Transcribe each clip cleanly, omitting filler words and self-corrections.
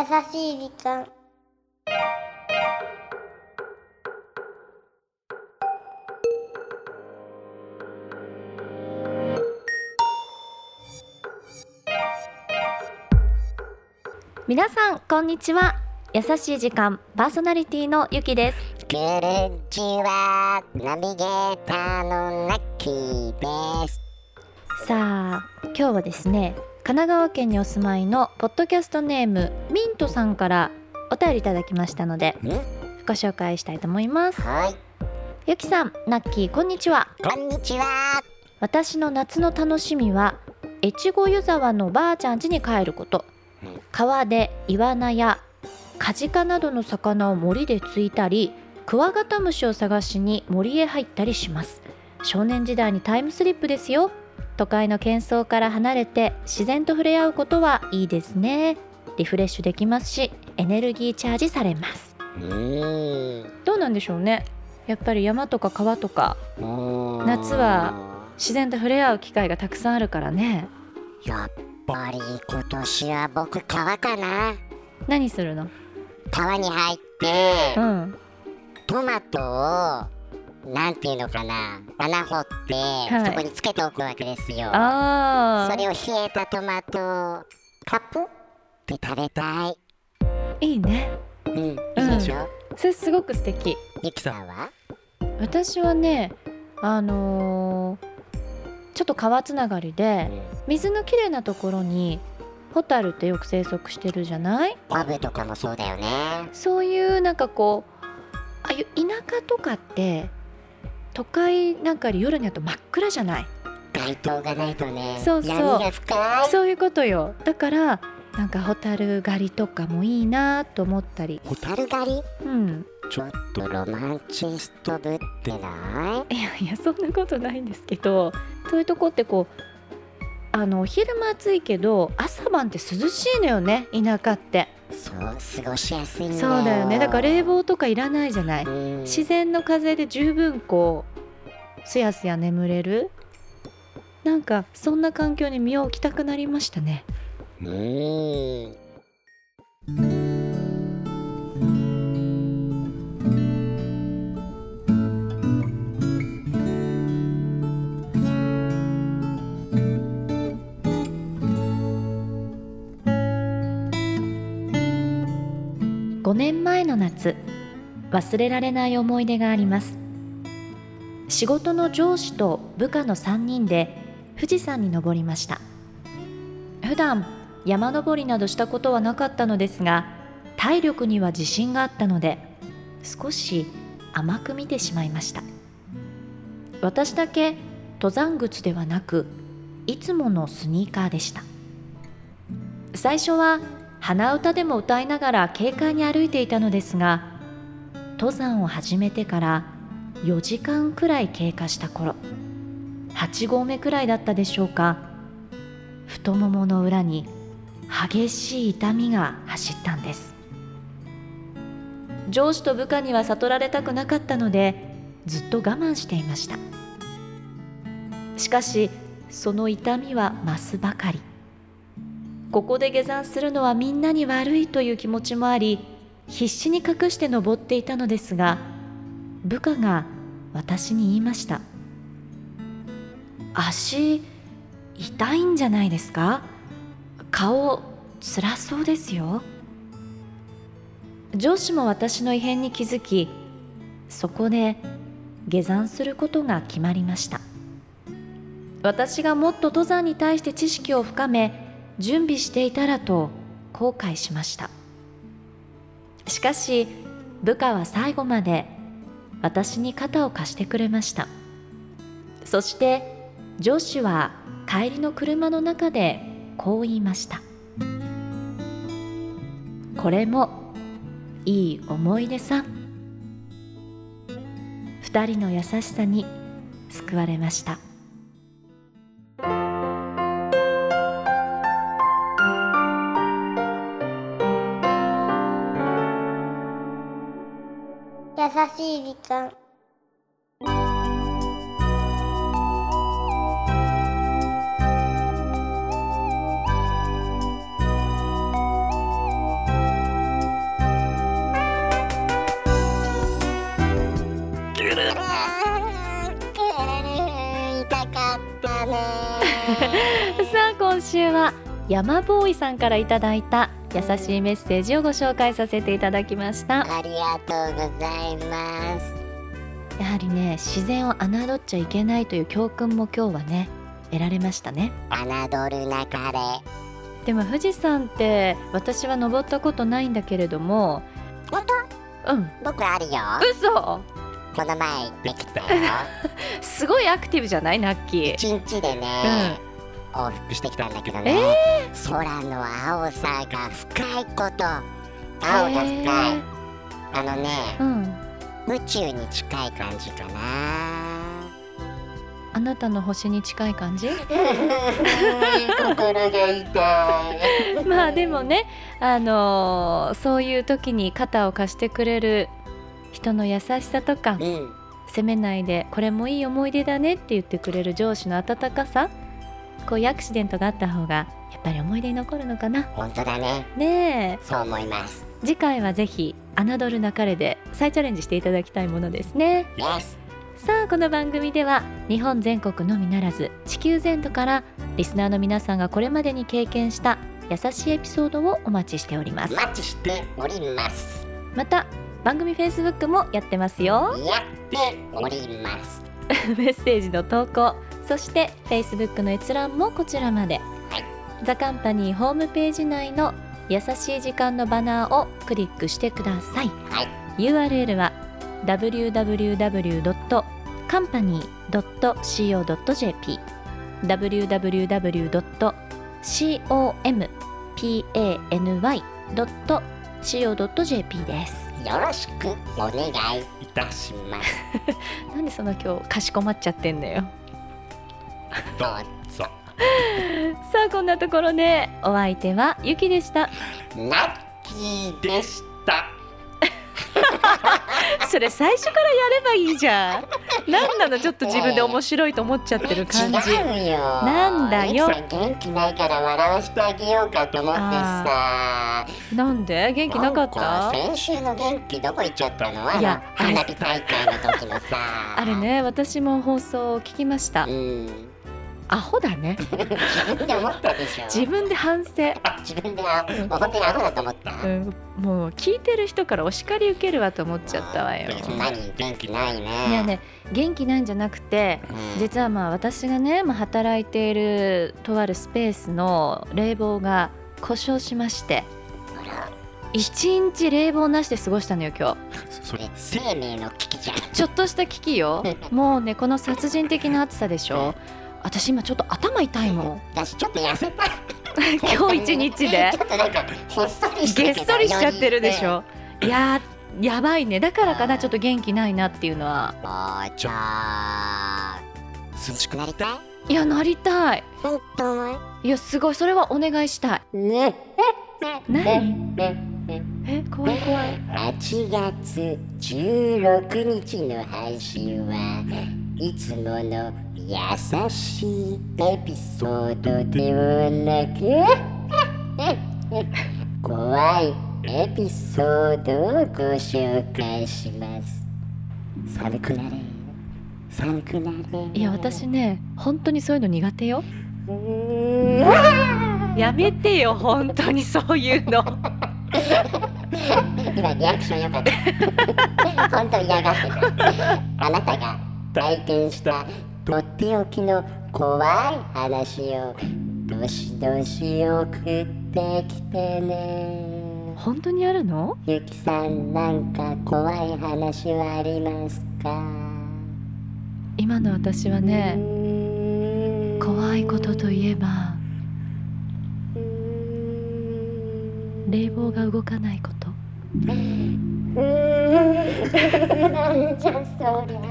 しい時間。 皆さんこんにちは。優しい時間パーソナリティのゆきです。 こんにちは、ナビゲーターのナッキーです。 さあ今日はですね、神奈川県にお住まいのポッドキャストネームミントさんからお便りいただきましたのでご紹介したいと思います。 はい、 ゆきさん、ナッキー、こんにちは。 こんにちは。 私の夏の楽しみは越後湯沢のばあちゃん家に帰ること。川でイワナやカジカなどの魚を森でついたり、クワガタムシを探しに森へ入ったりします。少年時代にタイムスリップですよ。都会の喧騒から離れて自然と触れ合うことはいいですね。リフレッシュできますし、エネルギーチャージされます。どうなんでしょうね。やっぱり山とか川とか夏は自然と触れ合う機会がたくさんあるからね。 やっぱり今年は僕川かな。 何するの？ 川に入って、トマトをなんていうのかな、穴掘って、そこにつけておくわけですよ。それを冷えたトマトをカプって食べたい。 いいね。 いいでしょ。 それすごく素敵。 ゆきさんは？ 私はね、ちょっと川つながりで、水のきれいなところにホタルってよく生息してるじゃない？ アブとかもそうだよね。 そういうなんかこう、ああいう田舎とかって都会なんかより夜になると真っ暗じゃない？ 街灯がないとね。 そうそう、 闇が深い。 そういうことよ。だからなんかホタル狩りとかもいいなと思ったり。 ホタル狩り？ちょっとロマンチストぶってない？ いやいや、そんなことないんですけど、そういうとこってこう昼間暑いけど朝晩って涼しいのよね、田舎って。 そう、過ごしやすいんだよ。 そうだよね。だから冷房とかいらないじゃない。自然の風で十分こうすやすや眠れる。なんかそんな環境に身を置きたくなりましたね。5年前の夏、忘れられない思い出があります。仕事の上司と部下の3人で富士山に登りました。普段山登りなどしたことはなかったのですが、体力には自信があったので少し甘く見てしまいました。私だけ登山靴ではなく、いつものスニーカーでした。最初は鼻歌でも歌いながら軽快に歩いていたのですが、登山を始めてから4時間くらい経過した頃、8合目くらいだったでしょうか、太ももの裏に激しい痛みが走ったんです。上司と部下には悟られたくなかったのでずっと我慢していました。しかしその痛みは増すばかり。ここで下山するのはみんなに悪いという気持ちもあり、必死に隠して登っていたのですが、部下が私に言いました。足痛いんじゃないですか？顔辛そうですよ。上司も私の異変に気づき、そこで下山することが決まりました。私がもっと登山に対して知識を深め準備していたらと後悔しました。しかし部下は最後まで私に肩を貸してくれました。そして上司は帰りの車の中でこう言いました。これもいい思い出さ。二人の優しさに救われました。 優しい時間。 週は山ボーイさんからいただいた優しいメッセージをご紹介させていただきました。 ありがとうございます。 やはりね、自然を侮っちゃいけないという教訓も今日はね得られましたね。 侮るなかれ。 でも富士山って私は登ったことないんだけれども。 本当？うん、僕あるよ。 嘘。 この前行ってきたよ。 すごいアクティブじゃない？ナッキー一日でね、往復してきたんだけどね、空の青さが深いこと。青が深い。宇宙に近い感じかな。 あなたの星に近い感じ？ 心が痛い。 まあでもね、そういう時に肩を貸してくれる人の優しさとか、責めないでこれもいい思い出だねって言ってくれる上司の温かさ、こういうアクシデントがあった方がやっぱり思い出に残るのかな。 本当だね。 ねえ、 そう思います。 次回はぜひ侮るなかれで再チャレンジしていただきたいものですね。さあ、この番組では日本全国のみならず地球全土からリスナーの皆さんがこれまでに経験した優しいエピソードをお待ちしております。 お待ちしております。 また番組 Facebook もやってますよ。 やっております。 メッセージの投稿、そして Facebook の閲覧もこちらまで、ザカンパニーホームページ内の優しい時間のバナーをクリックしてください。URL は www.company.co.jp www.company.co.jp です。 よろしくお願いいたします。 なんでその今日かしこまっちゃってんだよ。 どうぞ。 さあ、こんなところでお相手はゆきでした。 ナッキーでした。 それ最初からやればいいじゃん。なんなの、ちょっと自分で面白いと思っちゃってる感じ。 違うよ。 なんだよ。 元気ないから笑わせてあげようかと思ってさ。 なんで元気なかった？ 先週の元気どこ行っちゃったの？花火大会の時のさ。 あれね、私も放送を聞きました。アホだね。 自分で思ったでしょ。 自分で反省。 自分で本当にアホだと思った。 もう聞いてる人からお叱り受けるわと思っちゃったわよ。 何、元気ないね。 いやね、元気ないんじゃなくて、実は私がね、働いているとあるスペースの冷房が故障しまして、一日冷房なしで過ごしたのよ今日。 それ生命の危機じゃん。 ちょっとした危機よ。もうね、この殺人的な暑さでしょ。私今ちょっと頭痛いもん。 私ちょっと痩せた。 今日一日でちょっとなんかほっそりしてげっそりしちゃってるでしょ。やばいね。だからかな、ちょっと元気ないなっていうのは。 じゃあ涼しくなりたい？ いや、なりたい。 本当？ いや、すごい。それはお願いしたい。何？怖い怖い。 8月16日の配信はいつもの優しいエピソードではなく怖いエピソードをご紹介します。寒くなれ、寒くなれ。 いや、私ね、本当にそういうの苦手よ。やめてよ、本当にそういうの。 今リアクション良かった。本当に嫌がってた。あなたが体験したとっておきの怖い話をどしどし送ってきてね。 本当にあるの？ ゆきさん、なんか怖い話はありますか？ 今の私はね、怖いことといえば冷房が動かないこと。 なんじゃそりゃ。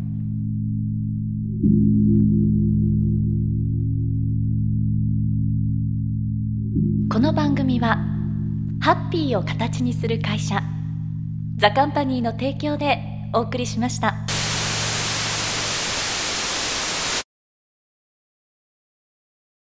この番組はハッピーを形にする会社ザカンパニーの提供でお送りしました。